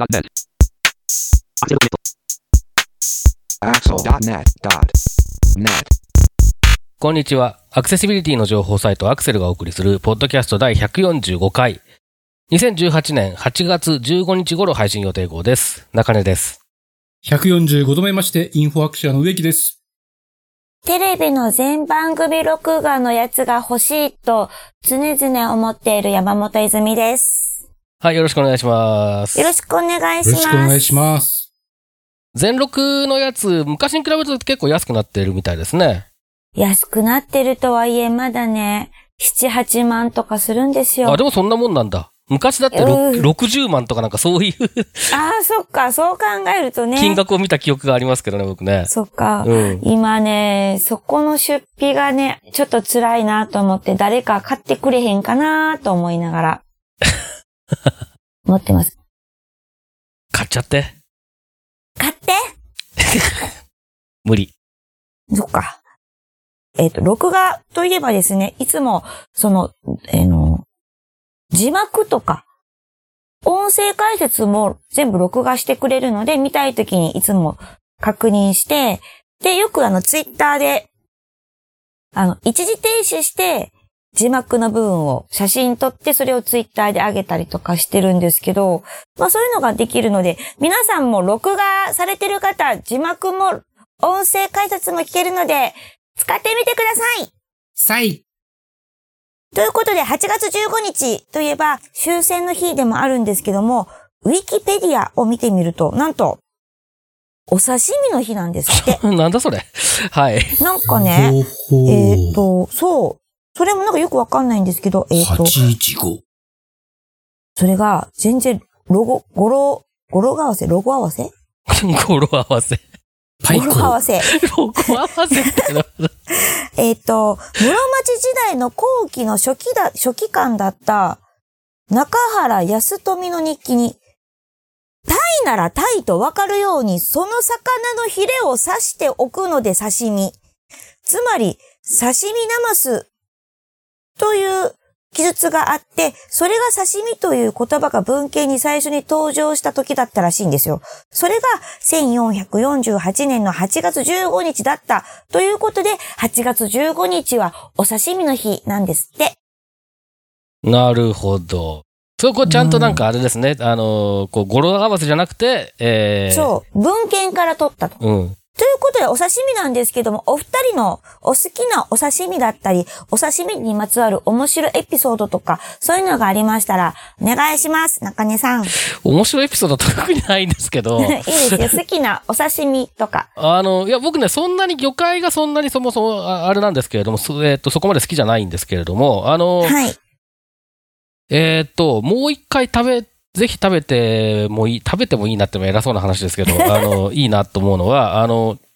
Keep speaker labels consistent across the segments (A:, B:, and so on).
A: Axel.net. Axel.net.
B: こんにちは。アクセシビリティの情報サイトアクセルがお送りするポッドキャスト第145回。2018年8月15日頃配信予定号です。中根です。
C: 145度目まして、インフォアクシアの植木です。
D: テレビの全番組録画のやつが欲しいと常々思っている山本泉です。
B: はい、よろしくお願いします。
D: よろしくお願いします。
C: よろしくお願いします。
B: 全録のやつ、昔に比べると結構安くなってるみたいですね。
D: 安くなってるとはいえ、まだね、7、8万とかするんですよ。
B: あ、でもそんなもんなんだ。昔だって60万とかなんかそういう
D: ああ、そっか、そう考えるとね。
B: 金額を見た記憶がありますけどね、僕ね。
D: そっか、
B: うん。
D: 今ね、そこの出費がね、ちょっと辛いなと思って誰か買ってくれへんかなと思いながら。持ってます。
B: 買っちゃって。
D: 買って
B: 無理。
D: そっか。録画といえばですね、いつも、字幕とか、音声解説も全部録画してくれるので、見たいときにいつも確認して、で、よくツイッターで、一時停止して、字幕の部分を写真撮って、それをツイッターで上げたりとかしてるんですけど、まあそういうのができるので、皆さんも録画されてる方、字幕も音声解説も聞けるので、使ってみてください。ということで、8月15日といえば終戦の日でもあるんですけども、ウィキペディアを見てみると、なんと、お刺身の日なんですって。
B: なんだそれ。はい。
D: なんかね、そう。それもなんかよくわかんないんですけど、
C: 815。
D: それが、全然、語呂合わせ
B: 語呂合わせ
D: パイコ。語呂合わせ。
B: 語呂合わせってな。
D: 室町時代の後期の初期官だった中原康富の日記に、タイならタイとわかるようにその魚のヒレを刺しておくので刺身。つまり、刺身ナマスという記述があって、それが刺身という言葉が文献に最初に登場した時だったらしいんですよ。それが1448年の8月15日だったということで、8月15日はお刺身の日なんですって。
B: なるほど。そこちゃんとなんかあれですね。語呂合わせじゃなくて、
D: そう、文献から取ったと。
B: うん。
D: ということでお刺身なんですけども、お二人のお好きなお刺身だったり、お刺身にまつわる面白いエピソードとか、そういうのがありましたら、お願いします、中根さん。
B: 面白いエピソード特にないんですけど。
D: いいですよ、好きなお刺身とか。
B: いや、僕ね、そんなに魚介がそんなにそもそもあれなんですけれども、そこまで好きじゃないんですけれども、
D: はい。
B: もう一回ぜひ食べてもいいなっても偉そうな話ですけど、いいなと思うのは、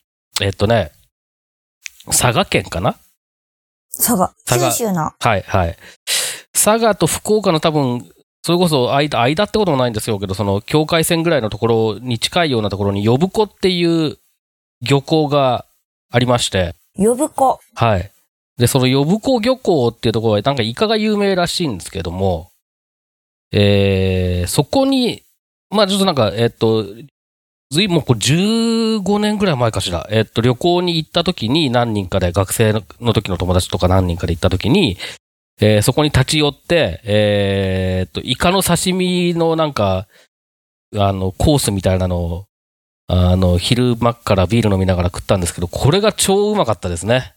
B: 佐賀県かな？
D: 九州の。
B: はい、はい。佐賀と福岡の多分、それこそ間ってこともないんですよけど、その境界線ぐらいのところに近いようなところに呼子っていう漁港がありまして。
D: 呼子。
B: はい。で、その呼子漁港っていうところはなんかイカが有名らしいんですけども、そこに、まあちょっとなんか、もうこれ15年ぐらい前かしら。旅行に行った時に何人かで、学生の時の友達とか何人かで行った時に、そこに立ち寄って、イカの刺身のなんか、コースみたいなのを、昼間からビール飲みながら食ったんですけど、これが超うまかったですね。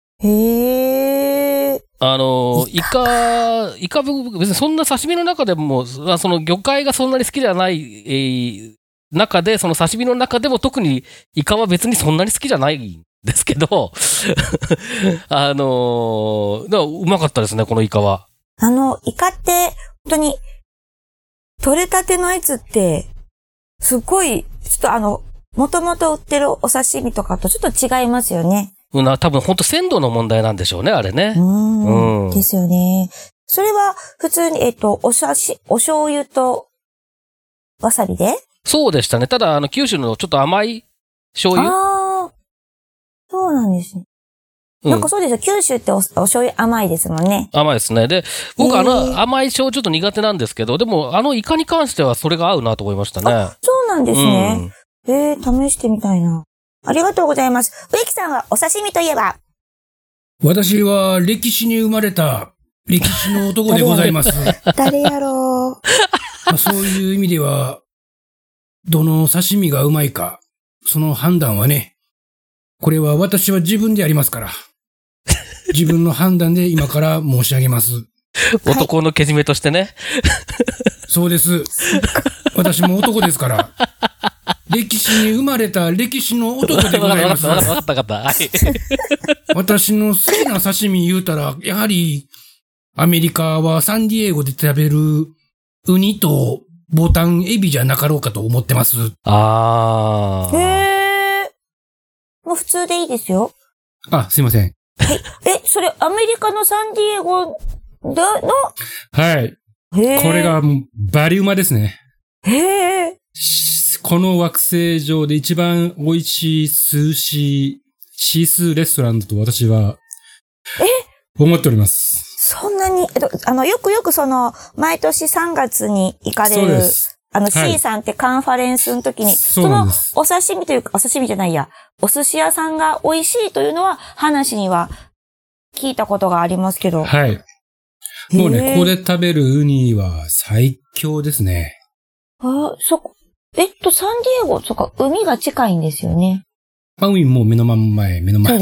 D: へー。
B: イカ別にそんな刺身の中でも、その魚介がそんなに好きではない、中で、その刺身の中でも特にイカは別にそんなに好きじゃないんですけど、うまかったですね、このイカは。
D: イカって、本当に、取れたてのやつって、すごい、ちょっともともと売ってるお刺身とかとちょっと違いますよね。
B: 多分本当鮮度の問題なんでしょうね、あれね。
D: ですよね。それは普通にお醤油とわさびで？
B: そうでしたね。ただ九州のちょっと甘い醤油。
D: ああ、そうなんですね。 なんかそうですよ。九州ってお醤油甘いですもんね。
B: 甘いですね。で、僕甘い醤ちょっと苦手なんですけど、でもイカに関してはそれが合うなと思いましたね。
D: そうなんですね。試してみたいな。ありがとうございます。植木さんはお刺身といえば？
C: 私は歴史に生まれた歴史の男でございます。
D: 誰やろう。
C: そういう意味では、どの刺身がうまいか、その判断はね、これは私は自分でやりますから。自分の判断で今から申し上げます。
B: 男のけじめとしてね。
C: そうです。私も男ですから。歴史に生まれた歴史の男でございます。
B: わかった。はい。
C: 私の好きな刺身言うたら、やはり、アメリカはサンディエゴで食べるウニとボタンエビじゃなかろうかと思ってます。
B: あー。
D: へー。もう普通でいいですよ。
C: あ、すいません。
D: それアメリカのサンディエゴの
C: はい。これがバリウマですね。
D: へー。
C: この惑星上で一番美味しいシースーレストランだと私は思っております。
D: そんなに、よく毎年3月に行かれる、C さんってカンファレンスの時に、そのお刺身というか、お刺身じゃないや、お寿司屋さんが美味しいというのは話には聞いたことがありますけど。
C: はい。もうね、ここで食べるウニは最強ですね。
D: サンディエゴ、海が近いんですよね。
C: 海も目の前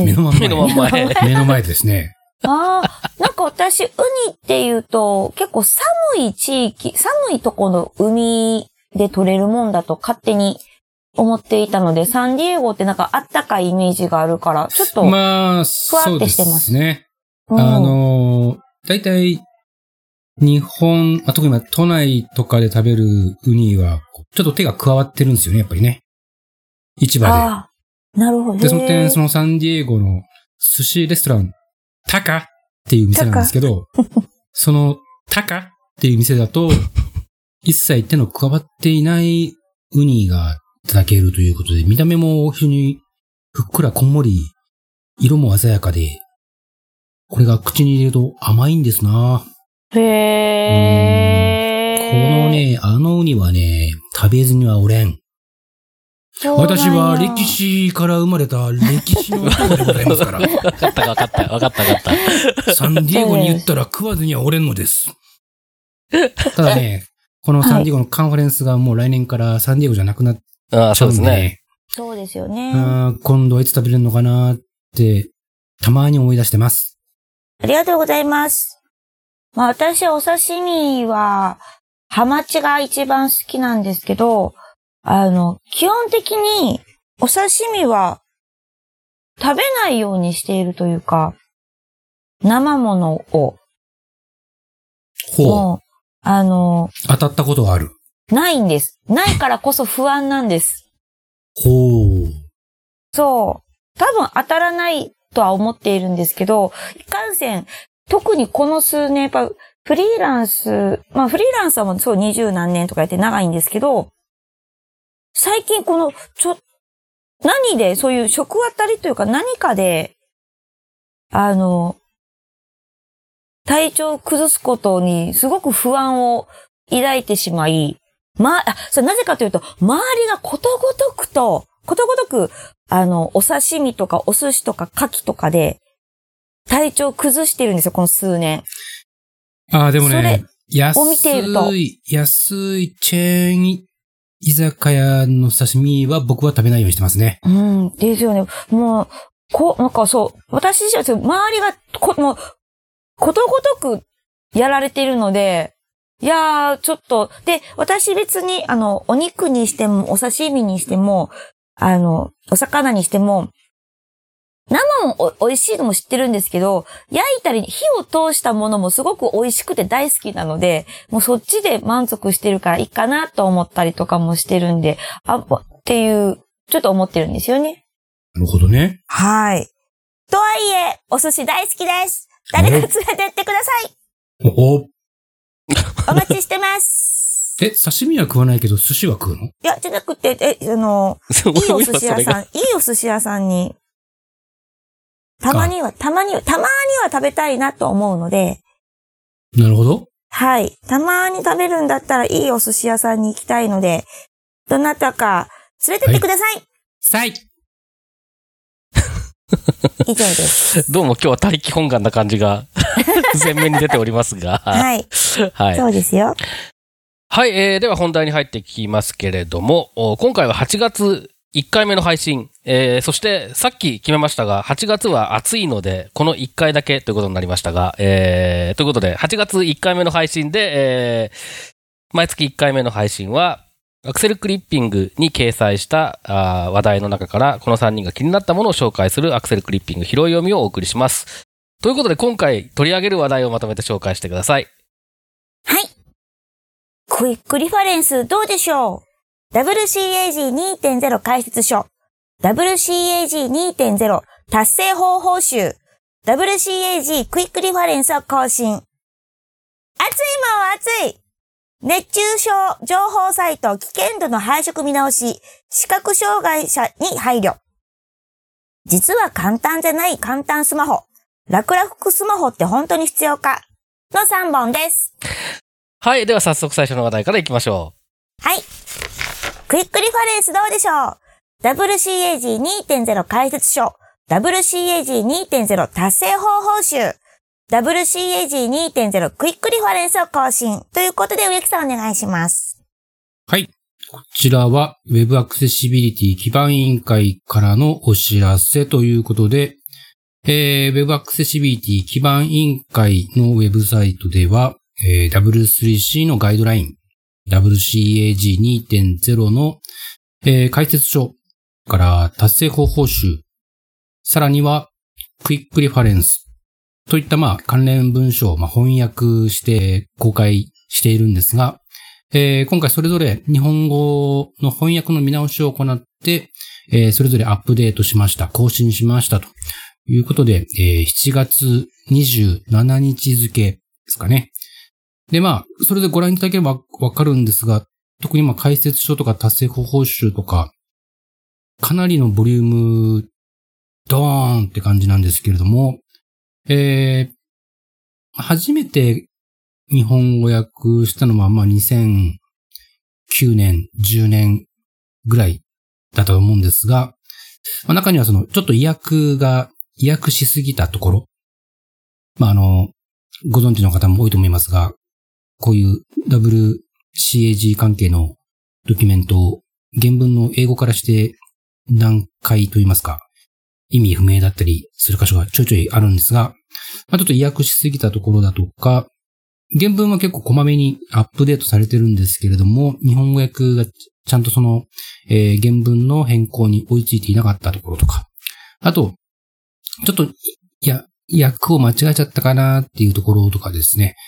C: ですね。
D: なんか私、ウニって言うと、結構寒いとこの海で取れるもんだと勝手に思っていたので、サンディエゴってなんかあったかいイメージがあるから、ちょっと、ふわってしてます。
C: そうですね。だいたい、日本、特に今都内とかで食べるウニは、ちょっと手が加わってるんですよね、やっぱりね。市場で。
D: なるほど。
C: で、その点、そのサンディエゴの寿司レストラン、タカっていう店なんですけど、そのタカっていう店だと、一切手の加わっていないウニがいただけるということで、見た目も非常にふっくらこんもり、色も鮮やかで、これが口に入れると甘いんですな。
D: へー。
C: このね、ウニはね、食べずにはおれん。私は歴史から生まれた歴史の男でございますから。
B: わかった。
C: サンディエゴに言ったら食わずにはおれんのです。ただね、このサンディエゴのカンファレンスがもう来年からサンディエゴじゃなくなっちゃうんでね。
D: そうですよね。
C: 今度はいつ食べれるのかなって、たまに思い出してます。
D: ありがとうございます。私お刺身は、ハマチが一番好きなんですけど、基本的にお刺身は食べないようにしているというか、生ものを。
C: 当たったことがある？
D: ないんです。ないからこそ不安なんです。そう。多分当たらないとは思っているんですけど、いかんせん、特にこの数年、フリーランスはもうそう20何年とかやって長いんですけど、最近何で、そういう食当たりというか何かで、体調を崩すことにすごく不安を抱いてしまい、それなぜかというと、周りがことごとく、お刺身とかお寿司とか牡蠣とかで、体調を崩してるんですよ、この数年。
C: でもね、
D: を見ていると
C: 安いチェーン居酒屋の刺身は僕は食べないようにしてますね。
D: ですよね。もう、私自身は周りがもう、ことごとくやられているので、ちょっと、で、私別に、お肉にしても、お刺身にしても、お魚にしても、生も美味しいのも知ってるんですけど、焼いたり火を通したものもすごく美味しくて大好きなので、もうそっちで満足してるからいいかなと思ったりとかもしてるんで、っていう、ちょっと思ってるんですよね。
C: なるほどね。
D: はい。とはいえ、お寿司大好きです。誰か連れてってください。お待ちしてます。
C: 刺身は食わないけど寿司は食うの？
D: いや、じゃなくて、いいお寿司屋さんに、 たまには食べたいなと思うので。
C: なるほど。
D: はい。たまに食べるんだったらいいお寿司屋さんに行きたいので、どなたか連れてってください。
C: はい。
D: 以上です。
B: どうも今日は大気本願な感じが前面に出ておりますが。
D: はい。はい。そうですよ。
B: はい、では本題に入ってきますけれども、今回は8月1回目の配信、そしてさっき決めましたが、8月は暑いので、この1回だけということになりましたが、ということで、8月1回目の配信で、毎月1回目の配信は、アクセルクリッピングに掲載した話題の中から、この3人が気になったものを紹介するアクセルクリッピング拾い読みをお送りします。ということで、今回取り上げる話題をまとめて紹介してください。
D: はい。クイックリファレンスどうでしょう？ WCAG2.0 解説書。WCAG2.0 達成方法集。WCAG クイックリファレンスを更新。熱いもん熱い！熱中症情報サイト危険度の配色見直し、視覚障害者に配慮。実は簡単じゃない簡単スマホ。楽々スマホって本当に必要かの3本です。
B: はい。では早速最初の話題からいきましょ
D: う。はい。クイックリファレンスどうでしょう？ WCAG2.0 解説書。WCAG2.0 達成方法集。WCAG2.0 クイックリファレンスを更新。ということで、植木さんお願いします。
C: はい。こちらは Web アクセシビリティ基盤委員会からのお知らせということで、Web アクセシビリティ基盤委員会のウェブサイトでは、W3C のガイドライン、WCAG2.0 の、解説書から達成方法集、さらにはクイックリファレンスといった関連文書を翻訳して公開しているんですが、今回それぞれ日本語の翻訳の見直しを行って、それぞれアップデートしました、更新しましたということで、7月27日付ですかね。で、それでご覧いただければわかるんですが、特に解説書とか達成方法集とか、かなりのボリューム、ドーンって感じなんですけれども、初めて日本語訳したのは2009年、10年ぐらいだったと思うんですが、中にはちょっと意訳しすぎたところ、ご存知の方も多いと思いますが、こういう WCAG 関係のドキュメントを原文の英語からして難解と言いますか、意味不明だったりする箇所がちょいちょいあるんですが、ちょっと意訳しすぎたところだとか、原文は結構こまめにアップデートされてるんですけれども、日本語訳がちゃんと原文の変更に追いついていなかったところとか、あと、ちょっと、訳を間違えちゃったかなっていうところとかですね、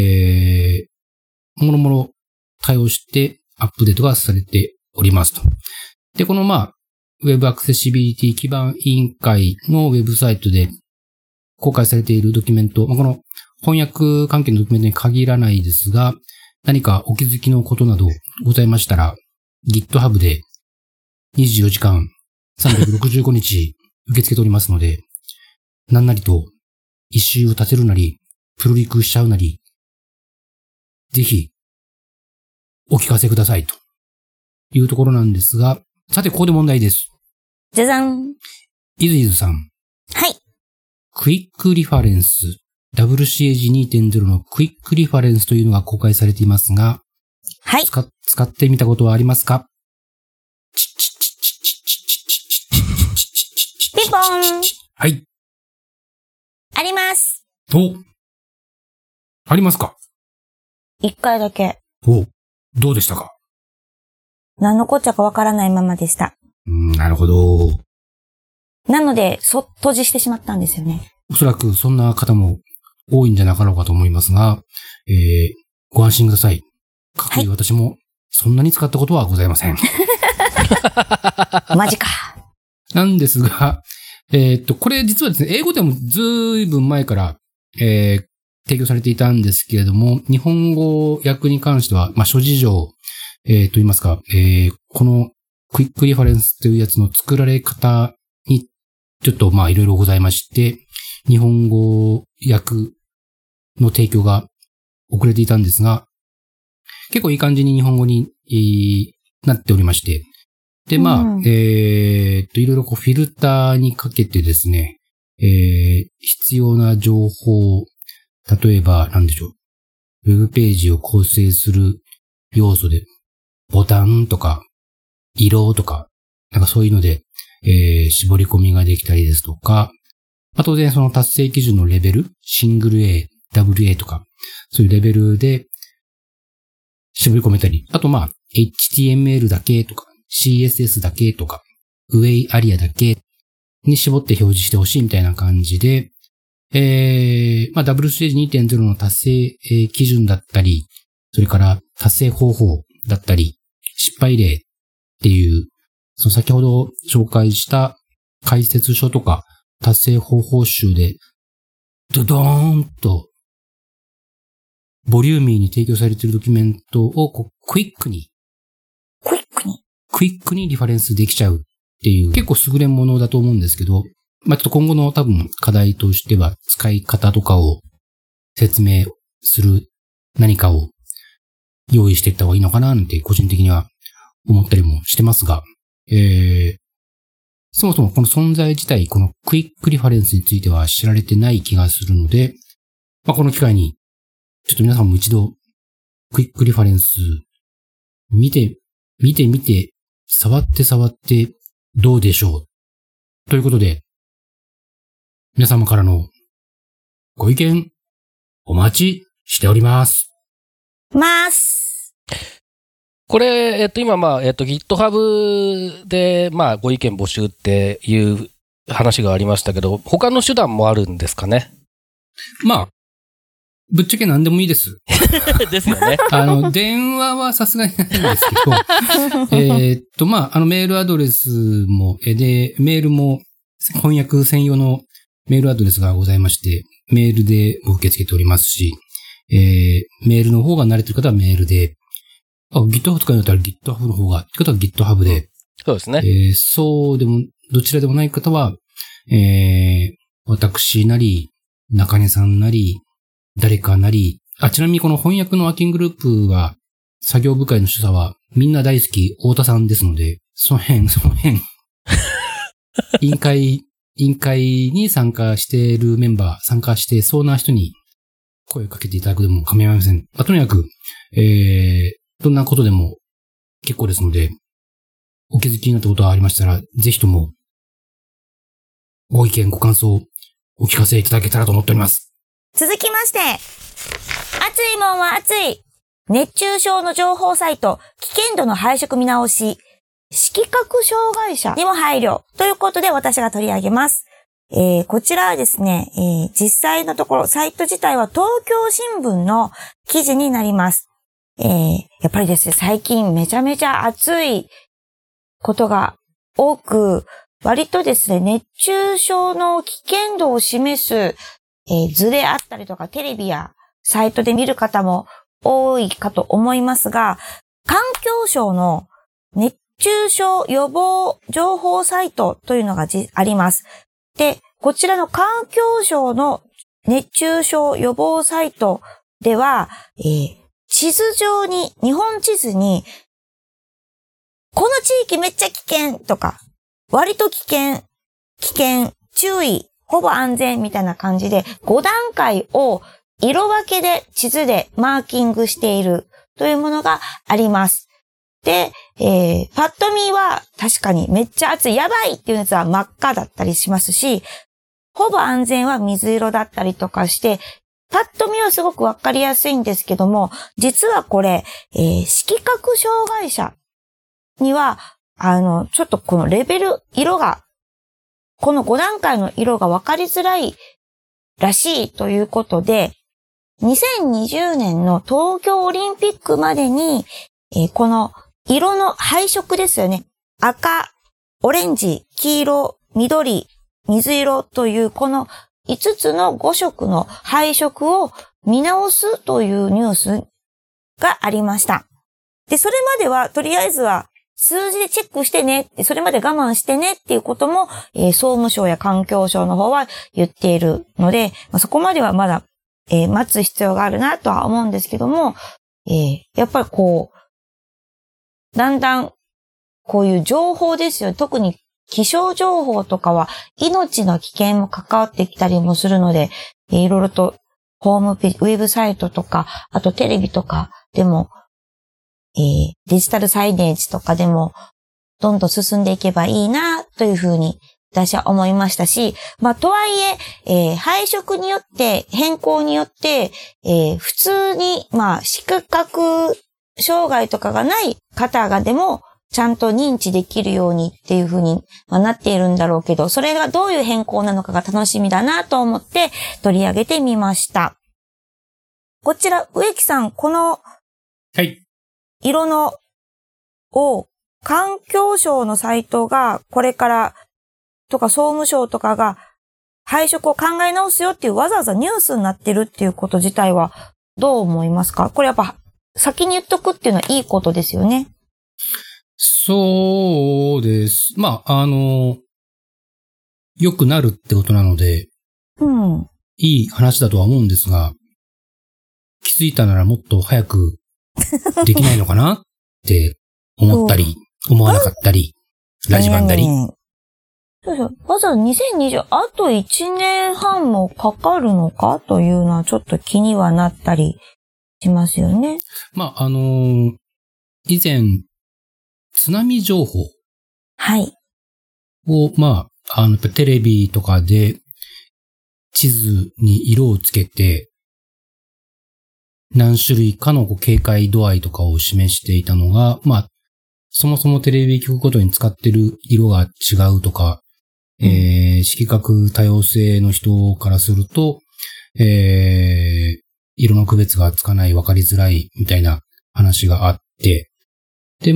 C: もろもろ対応してアップデートがされておりますと。で、このWeb アクセシビリティ基盤委員会のウェブサイトで公開されているドキュメント、この翻訳関係のドキュメントに限らないですが、何かお気づきのことなどございましたら、GitHub で24時間365日受け付けておりますので、何なりと一周を立てるなり、プルリクしちゃうなり、ぜひお聞かせくださいというところなんですが、さてここで問題です。
D: じゃじゃん。
C: いずいずさん。
D: はい。
C: クイックリファレンス、WCAG2.0 のクイックリファレンスというのが公開されていますが、
D: はい。
C: 使ってみたことはありますか？
D: ピンポン。
C: はい。
D: あります。
C: ありますか
D: ？1回だけ。
C: どうでしたか？
D: 何のこっちゃかわからないままでした。
C: なるほど。
D: なので、閉じしてしまったんですよね。
C: おそらくそんな方も多いんじゃなかろうかと思いますが、ご安心ください。かくいう私もそんなに使ったことはございません。
D: マジか。
C: なんですが、これ実はですね、英語でもずいぶん前から、提供されていたんですけれども、日本語訳に関しては、諸事情、と言いますか、このクイックリファレンスというやつの作られ方にちょっといろいろございまして、日本語訳の提供が遅れていたんですが、結構いい感じに日本語に、なっておりまして、で、いろいろフィルターにかけてですね、必要な情報、例えば、なんでしょう、ウェブページを構成する要素で、ボタンとか、色とか、なんかそういうので、絞り込みができたりですとか、当然その達成基準のレベル、シングル A、ダブル A とか、そういうレベルで絞り込めたり、あとHTML だけとか、CSS だけとか、ウェイアリアだけに絞って表示してほしいみたいな感じで、ダブルステージ 2.0 の達成基準だったり、それから達成方法だったり、失敗例っていう、その先ほど紹介した解説書とか達成方法集で、ドドーンと、ボリューミーに提供されているドキュメントをクイックにリファレンスできちゃうっていう、結構優れものだと思うんですけど、ちょっと今後の多分課題としては使い方とかを説明する何かを用意していった方がいいのかななんて個人的には思ったりもしてますが、そもそもこの存在自体、このクイックリファレンスについては知られてない気がするので、この機会にちょっと皆さんも一度クイックリファレンス見て、触ってどうでしょうということで、皆様からのご意見お待ちしております。
B: これ、今GitHub で、ご意見募集っていう話がありましたけど、他の手段もあるんですかね？
C: ぶっちゃけ何でもいいです。
B: ですよね。
C: 電話はさすがにないんですけど、メールアドレスも、で、メールも翻訳専用のメールアドレスがございまして、メールで受け付けておりますし、メールの方が慣れてる方はメールで、GitHub 使うんだったら GitHub の方が、って方は GitHub で、
B: そうですね。
C: そうでも、どちらでもない方は、私なり、中根さんなり、誰かなり、ちなみにこの翻訳のワーキンググループは、作業部会の主査は、みんな大好き、太田さんですので、その辺、委員会に参加しているメンバー、参加してそうな人に声をかけていただくでも構いません。とにかく、どんなことでも結構ですので、お気づきになったことがありましたら、ぜひとも、ご意見、ご感想、お聞かせいただけたらと思っております。
D: 続きまして、熱いもんは熱い。熱中症の情報サイト、危険度の配色見直し、色覚障害者にも配慮ということで私が取り上げます。こちらはですね、実際のところ、サイト自体は東京新聞の記事になります。やっぱりですね、最近めちゃめちゃ暑いことが多く、割とですね、熱中症の危険度を示す図であったりとかテレビやサイトで見る方も多いかと思いますが、環境省の熱中症予防情報サイトというのがあります。で、こちらの環境省の熱中症予防サイトでは、地図上に、日本地図に、この地域めっちゃ危険とか、割と危険、注意、ほぼ安全みたいな感じで5段階を色分けで地図でマーキングしているというものがあります。で、パッと見は確かにめっちゃ暑い、やばいっていうやつは真っ赤だったりしますし、ほぼ安全は水色だったりとかして、パッと見はすごくわかりやすいんですけども、実はこれ、色覚障害者には、ちょっとこのレベル、色が、この5段階の色が分かりづらいらしいということで、2020年の東京オリンピックまでに、この色の配色ですよね。赤、オレンジ、黄色、緑、水色というこの5つの5色の配色を見直すというニュースがありました。で、それまではとりあえずは数字でチェックしてねって、それまで我慢してねっていうことも、総務省や環境省の方は言っているので、そこまではまだ、待つ必要があるなとは思うんですけども、やっぱりだんだん、こういう情報ですよ。特に気象情報とかは命の危険も関わってきたりもするので、いろいろとホームページ、ウェブサイトとか、あとテレビとかでも、デジタルサイネージとかでも、どんどん進んでいけばいいな、というふうに、私は思いましたし、とはいえ、配色によって、変更によって、普通に、視覚障害とかがない方がでも、ちゃんと認知できるようにっていうふうになっているんだろうけど、それがどういう変更なのかが楽しみだなと思って取り上げてみました。こちら、植木さん、この、
C: はい。
D: 色のを環境省のサイトがこれからとか総務省とかが配色を考え直すよっていうわざわざニュースになってるっていうこと自体はどう思いますか？これやっぱ先に言っとくっていうのはいいことですよね。
C: そうです。良くなるってことなので、いい話だとは思うんですが、気づいたならもっと早くできないのかなって思ったり、思わなかったり、ラジバンだり。
D: そうそう。わざわざ2020、あと1年半もかかるのかというのはちょっと気にはなったりしますよね。
C: 以前、津波情報。
D: はい。
C: を、テレビとかで地図に色をつけて、何種類かの警戒度合いとかを示していたのが、そもそもテレビ局ごとに使ってる色が違うとか、色覚多様性の人からすると、色の区別がつかない、分かりづらいみたいな話があって、で、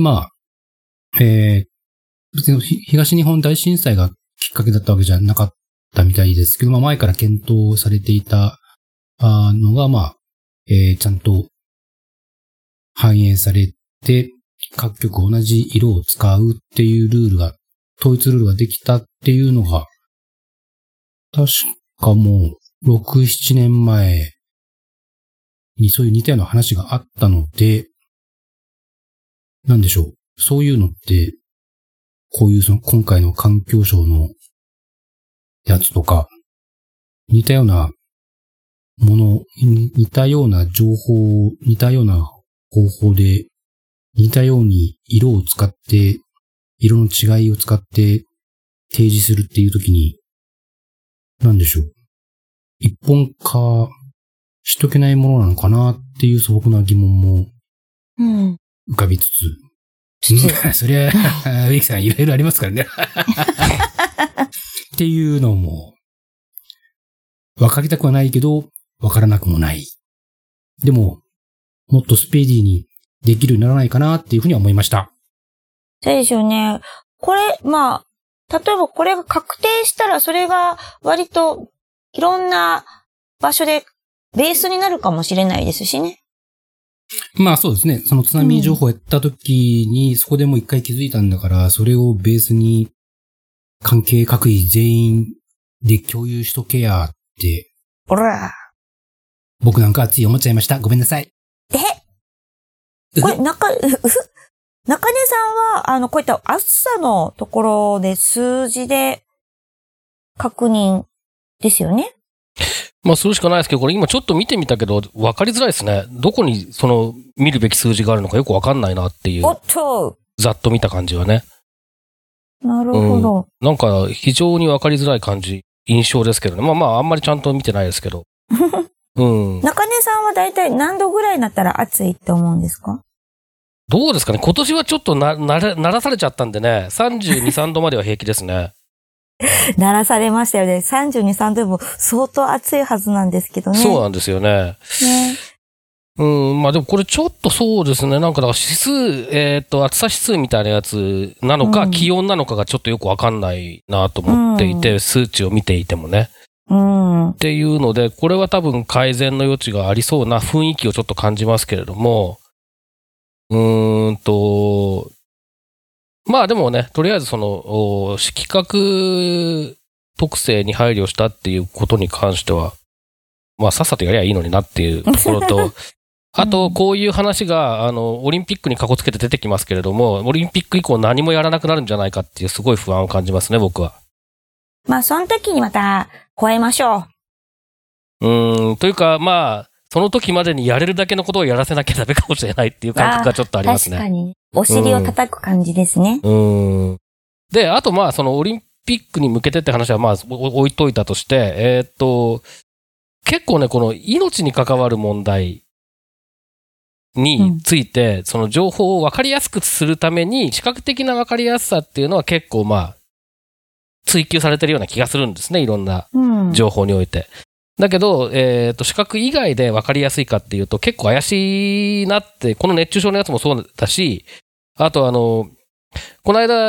C: 別に東日本大震災がきっかけだったわけじゃなかったみたいですけど、前から検討されていたのが、ちゃんと反映されて、各局同じ色を使うっていう統一ルールができたっていうのが、確かもう6、7年前にそういう似たような話があったので、なんでしょう。そういうのって、こういう今回の環境省のやつとか、似たようなもの、似たような情報、似たような方法で、似たように色を使って、色の違いを使って提示するっていうときに、なんでしょう。一本化しとけないものなのかなっていう素朴な疑問も浮かびつつ、そりゃ、植木さんいろいろありますからね。っていうのも、分かりたくはないけど、分からなくもない。でも、もっとスピーディーにできるようにならないかなっていうふうには思いました。
D: そうですよね。これ、例えばこれが確定したら、それが割といろんな場所でベースになるかもしれないですしね。
C: そうですね。その津波情報をやった時に、そこでもう一回気づいたんだから、それをベースに関係各位全員で共有しとけやって。
D: おら。
C: 僕なんか熱い思っちゃいました。ごめんなさい。
D: これ、中根さんは、こういった暑さのところで数字で確認ですよね。
B: するしかないですけど、これ今ちょっと見てみたけど、分かりづらいですね。どこに見るべき数字があるのかよく分かんないなっていう。
D: おっと！ざ
B: っと見た感じはね。
D: なるほど。
B: なんか非常に分かりづらい印象ですけどね。あんまりちゃんと見てないですけど。
D: 中根さんはだいたい何度ぐらいになったら暑いって思うんですか？
B: どうですかね。今年はちょっとならされちゃったんでね、32、3度までは平気ですね。
D: ならされましたよね。32、3度も相当暑いはずなんですけどね。
B: そうなんですよね。でもこれちょっとそうですね。なんかだから指数、暑さ指数みたいなやつなのか、気温なのかがちょっとよくわかんないなと思っていて、数値を見ていてもね。っていうので、これは多分改善の余地がありそうな雰囲気をちょっと感じますけれども、 まあでもね、とりあえずその、色覚特性に配慮したっていうことに関しては、まあさっさとやりゃいいのになっていうところと、あと、こういう話が、オリンピックにかこつけて出てきますけれども、オリンピック以降何もやらなくなるんじゃないかっていうすごい不安を感じますね、僕は。
D: まあ、その時にまた、超えましょ
B: というか、まあ、その時までにやれるだけのことをやらせなきゃダメかもしれないっていう感覚がちょっとありますね。
D: 確かに。お尻を叩く感じですね。
B: で、あとまあ、そのオリンピックに向けてって話はまあ、置いといたとして、結構ね、この命に関わる問題について、その情報を分かりやすくするために、視覚的な分かりやすさっていうのは結構まあ、追求されてるような気がするんですね、いろんな情報において。だけど、視覚以外で分かりやすいかっていうと結構怪しいなって、この熱中症のやつもそうだし、あとこの間、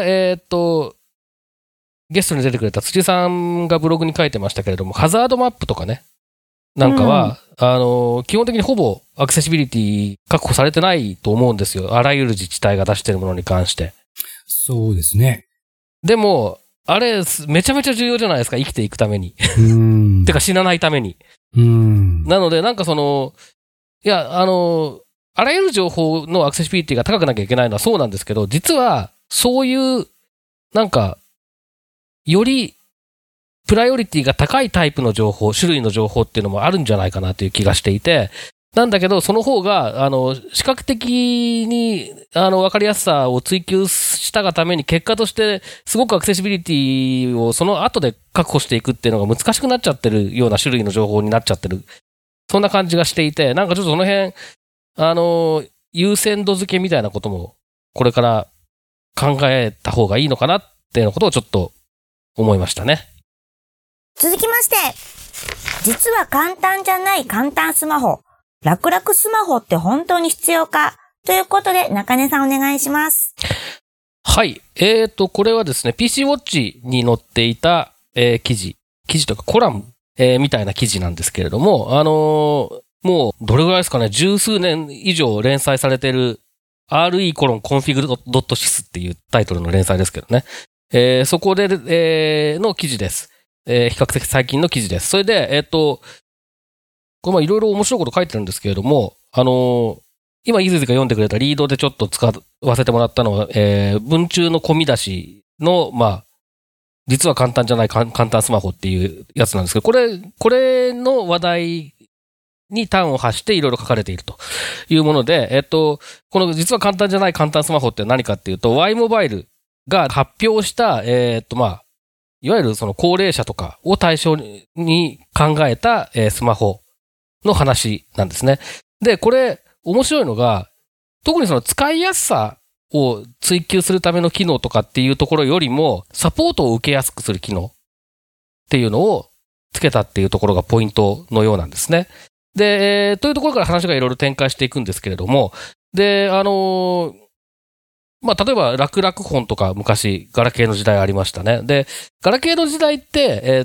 B: ゲストに出てくれた土さんがブログに書いてましたけれども、ハザードマップとかね、なんかは、基本的にほぼアクセシビリティ確保されてないと思うんですよ。あらゆる自治体が出してるものに関して。
C: そうですね。
B: でも、あれ、めちゃめちゃ重要じゃないですか、生きていくために。てか死なないために。なので、なんかいや、あらゆる情報のアクセシビリティが高くなきゃいけないのはそうなんですけど、実は、そういう、なんか、より、プライオリティが高いタイプの情報、種類の情報っていうのもあるんじゃないかなという気がしていて、なんだけど、その方が、視覚的に、わかりやすさを追求したがために、結果として、すごくアクセシビリティをその後で確保していくっていうのが難しくなっちゃってるような種類の情報になっちゃってる。そんな感じがしていて、なんかちょっとその辺、優先度付けみたいなことも、これから考えた方がいいのかなっていうようなことをちょっと思いましたね。
D: 続きまして、実は簡単じゃない簡単スマホ。楽々スマホって本当に必要かということで、中根さんお願いします。
B: はい。これはですね、PC ウォッチに載っていた、記事というかコラム、みたいな記事なんですけれども、もう、どれぐらいですかね、十数年以上連載されている re:config.sys っていうタイトルの連載ですけどね。そこで、の記事です。比較的最近の記事です。それで、これまあいろいろ面白いこと書いてるんですけれども、今、伊豆が読んでくれたリードでちょっと使わせてもらったのは、文中の込み出しの、まあ、実は簡単じゃない簡単スマホっていうやつなんですけど、これの話題に端を発していろいろ書かれているというもので、この実は簡単じゃない簡単スマホって何かっていうと、Y モバイルが発表した、まあ、いわゆるその高齢者とかを対象に考えた、スマホの話なんですね。で、これ、面白いのが、特にその使いやすさを追求するための機能とかっていうところよりも、サポートを受けやすくする機能っていうのをつけたっていうところがポイントのようなんですね。で、というところから話がいろいろ展開していくんですけれども、で、まあ、例えば、楽々本とか昔、ガラケーの時代ありましたね。で、ガラケーの時代って、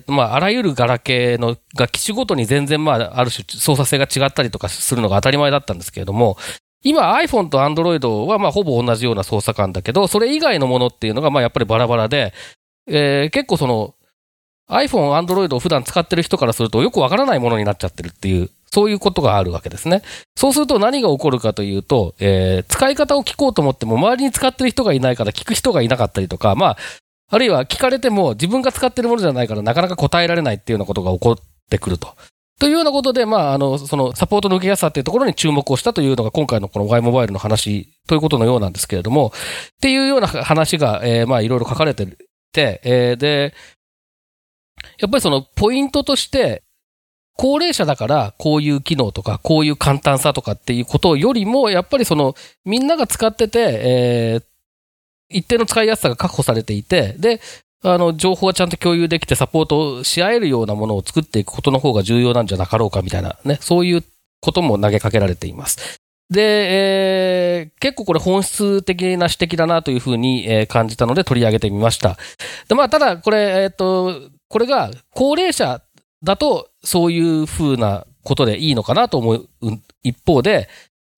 B: まあ、あらゆるガラケーが機種ごとに全然、まあ、ある種操作性が違ったりとかするのが当たり前だったんですけれども、今 iPhone と Android はまあ、ほぼ同じような操作感だけど、それ以外のものっていうのが、まあ、やっぱりバラバラで、結構その、iPhone、Android を普段使ってる人からするとよくわからないものになっちゃってるっていう、そういうことがあるわけですね。そうすると何が起こるかというと、使い方を聞こうと思っても周りに使ってる人がいないから聞く人がいなかったりとか、まあ、あるいは聞かれても自分が使ってるものじゃないからなかなか答えられないっていうようなことが起こってくると。というようなことで、まあ、そのサポートの受けやすさっていうところに注目をしたというのが今回のこの Y モバイルの話ということのようなんですけれども、っていうような話が、まあ、いろいろ書かれてて、で、やっぱりそのポイントとして、高齢者だからこういう機能とかこういう簡単さとかっていうことよりも、やっぱりそのみんなが使ってて、一定の使いやすさが確保されていて、で、情報はちゃんと共有できてサポートし合えるようなものを作っていくことの方が重要なんじゃなかろうかみたいなね、そういうことも投げかけられています。で、結構これ本質的な指摘だなというふうに感じたので取り上げてみました。で、まあ、ただこれ、これが高齢者だとそういうふうなことでいいのかなと思う一方で、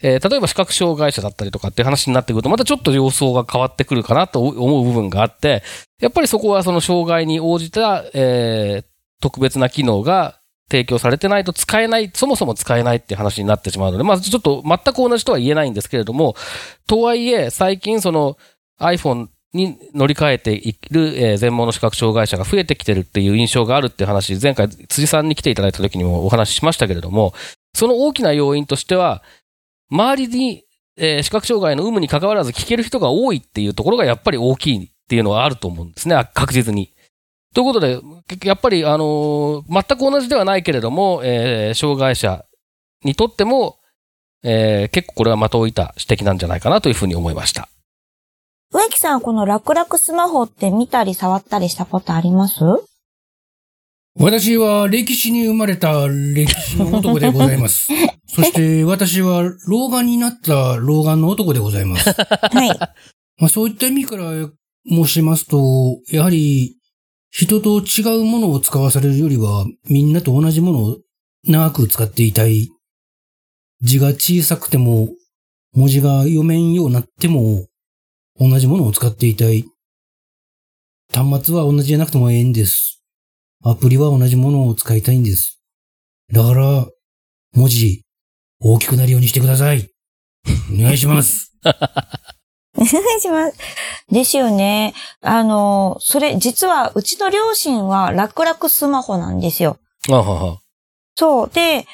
B: 例えば視覚障害者だったりとかっていう話になってくると、またちょっと様相が変わってくるかなと思う部分があって、やっぱりそこはその障害に応じた、特別な機能が提供されてないと使えない、そもそも使えないっていう話になってしまうので、まあちょっと全く同じとは言えないんですけれども、とはいえ最近その iPhone に乗り換えている、全盲の視覚障害者が増えてきてるっていう印象があるっていう話、前回辻さんに来ていただいた時にもお話ししましたけれども、その大きな要因としては、周りに、視覚障害の有無に関わらず聞ける人が多いっていうところがやっぱり大きいっていうのはあると思うんですね、確実に。ということで、やっぱり、全く同じではないけれども、障害者にとっても、結構これは的を置いた指摘なんじゃないかなというふうに思いました。
D: 植木さん、この楽々スマホって見たり触ったりしたことあります？
C: 私は歴史に生まれた歴史の男でございます。そして私は老眼になった老眼の男でございます。
D: はい。
C: まあそういった意味から申しますと、やはり人と違うものを使わされるよりはみんなと同じものを長く使っていたい。字が小さくても文字が読めんようになっても同じものを使っていたい。端末は同じじゃなくてもええんです。アプリは同じものを使いたいんです。だから、文字、大きくなるようにしてください。お願いします。
D: お願いします。ですよね。それ、実は、うちの両親は楽々スマホなんですよ。
B: あはは。
D: そう。で、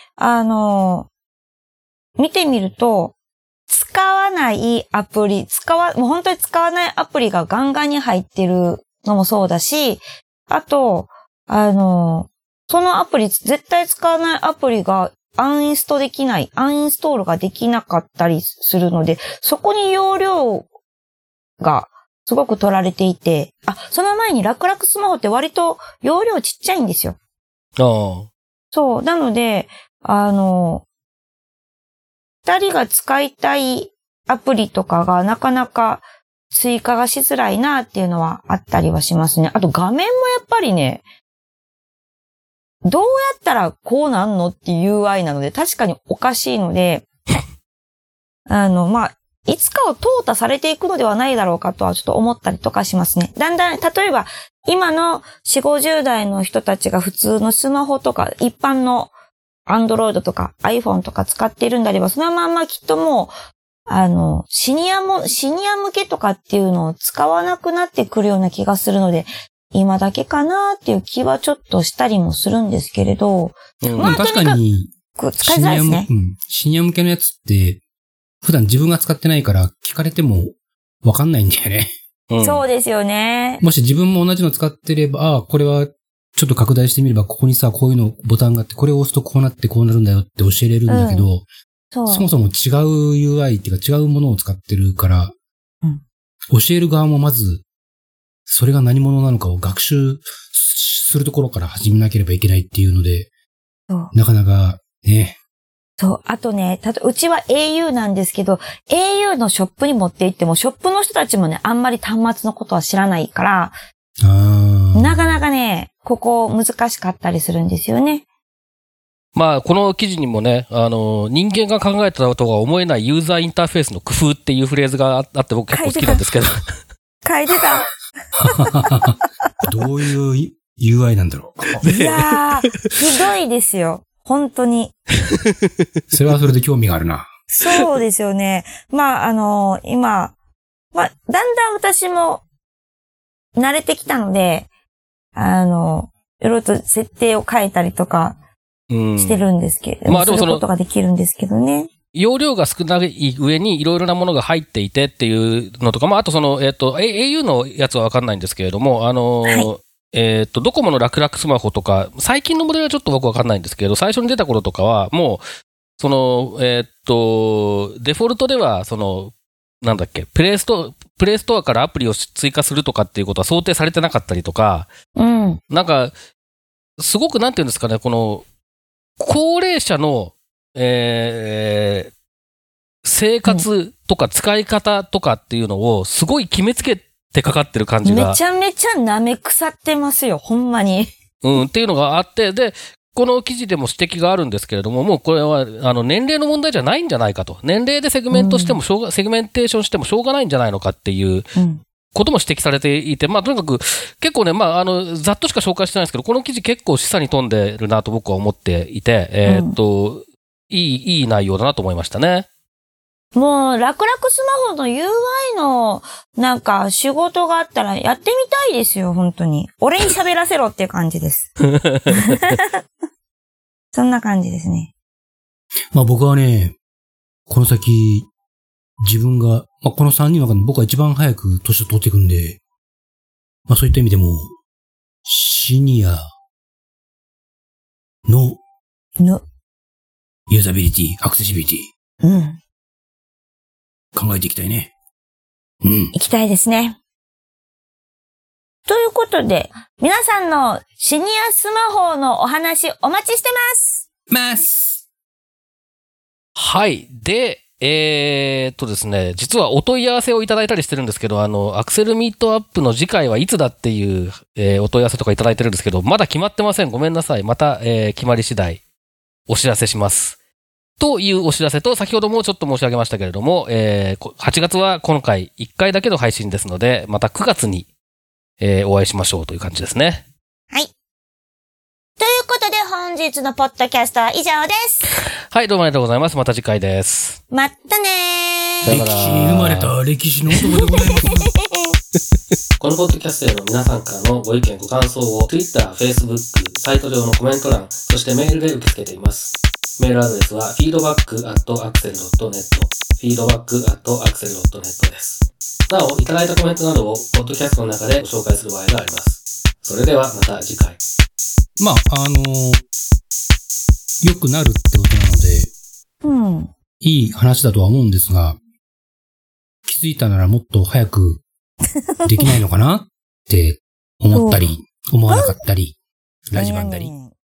D: 見てみると、使わないアプリ、もう本当に使わないアプリがガンガンに入ってるのもそうだし、あと、そのアプリ、絶対使わないアプリがアンインストールができなかったりするので、そこに容量がすごく取られていて、その前に楽々スマホって割と容量ちっちゃいんですよ。
B: ああ。
D: そう。なので、二人が使いたいアプリとかがなかなか追加がしづらいなっていうのはあったりはしますね。あと画面もやっぱりね、どうやったらこうなんのっていう UI なので、確かにおかしいので、いつかを淘汰されていくのではないだろうかとはちょっと思ったりとかしますね。だんだん、例えば、今の4、50代の人たちが普通のスマホとか、一般の Android とか iPhone とか使っているんであれば、そのまんまきっともう、シニア向けとかっていうのを使わなくなってくるような気がするので、今だけかなっていう気はちょっとしたりもするんですけれど。
C: 確かに、
D: 使いづらいですね。
C: シニア向けのやつって、普段自分が使ってないから聞かれてもわかんないんだよね。
D: そうですよね。
C: もし自分も同じの使ってれば、これはちょっと拡大してみれば、ここにさ、こういうのボタンがあって、これを押すとこうなってこうなるんだよって教えれるんだけど、そもそも違う UI っていうか違うものを使ってるから、教える側もまず、それが何者なのかを学習するところから始めなければいけないっていうので、なかなかね。
D: そう。あとね、うちは au なんですけど、au のショップに持って行っても、ショップの人たちもね、あんまり端末のことは知らないから、なかなかね、ここ難しかったりするんですよね。
B: まあ、この記事にもね、人間が考えたとは思えないユーザーインターフェースの工夫っていうフレーズがあって僕結構好きなんですけど。
D: 書いてた。
C: どういう UI なんだろ
D: う。いやー、ひどいですよ。本当に。
C: それはそれで興味があるな。
D: そうですよね。まあ、今、だんだん私も慣れてきたので、いろいろと設定を変えたりとかしてるんですけど、まあでもすることができるんですけどね。
B: 容量が少ない上にいろいろなものが入っていてっていうのとか、まああとau のやつはわかんないんですけれども、ドコモの楽々スマホとか、最近のモデルはちょっと僕わかんないんですけど、最初に出た頃とかは、もう、デフォルトでは、なんだっけ、プレイストアからアプリを追加するとかっていうことは想定されてなかったりとか、なんか、すごくなんていうんですかね、この、高齢者の、生活とか使い方とかっていうのをすごい決めつけてかかってる感じが。
D: めちゃめちゃ舐め腐ってますよ、ほんまに。
B: っていうのがあって、で、 この記事でも指摘があるんですけれども、もうこれは、年齢の問題じゃないんじゃないかと。年齢でセグメントしてもセグメンテーションしてもしょうがないんじゃないのかっていうことも指摘されていて、まあ、とにかく、結構ね、まあ、ざっとしか紹介してないんですけど、この記事結構示唆に富んでるなと僕は思っていて、いい内容だなと思いましたね。
D: もう、楽々スマホの UI の、なんか、仕事があったらやってみたいですよ、本当に。俺に喋らせろっていう感じです。そんな感じですね。
C: まあ僕はね、この先、自分が、まあこの3人の中で僕は一番早く年を取っていくんで、まあそういった意味でも、シニアのユーザビリティ、アクセシビリティ。考えていきたいね。
D: 行きたいですね。ということで、皆さんのシニアスマホのお話お待ちしてます。
B: はい。で、ですね、実はお問い合わせをいただいたりしてるんですけど、アクセルミートアップの次回はいつだっていう、お問い合わせとかいただいてるんですけど、まだ決まってません。ごめんなさい。また、決まり次第、お知らせします。というお知らせと、先ほどもちょっと申し上げましたけれども、8月は今回1回だけの配信ですので、また9月に、お会いしましょうという感じですね。
D: はい。ということで本日のポッドキャストは以上です。
B: はい、どうもありがとうございます。また次回です。
D: またね
C: ー。歴史に生まれた歴史の男でございます。
B: このポッドキャストへの皆さんからのご意見ご感想を Twitter、Facebook、サイト上のコメント欄、そしてメールで受け付けています。メールアドレスは feedback@axel.net feedback@axel.net です。なお、いただいたコメントなどをポッドキャストの中でご紹介する場合があります。それではまた次回。
C: まあ、良くなるってことなので、いい話だとは思うんですが、気づいたならもっと早くできないのかなって思ったり、思わなかったり、ラジバンだり。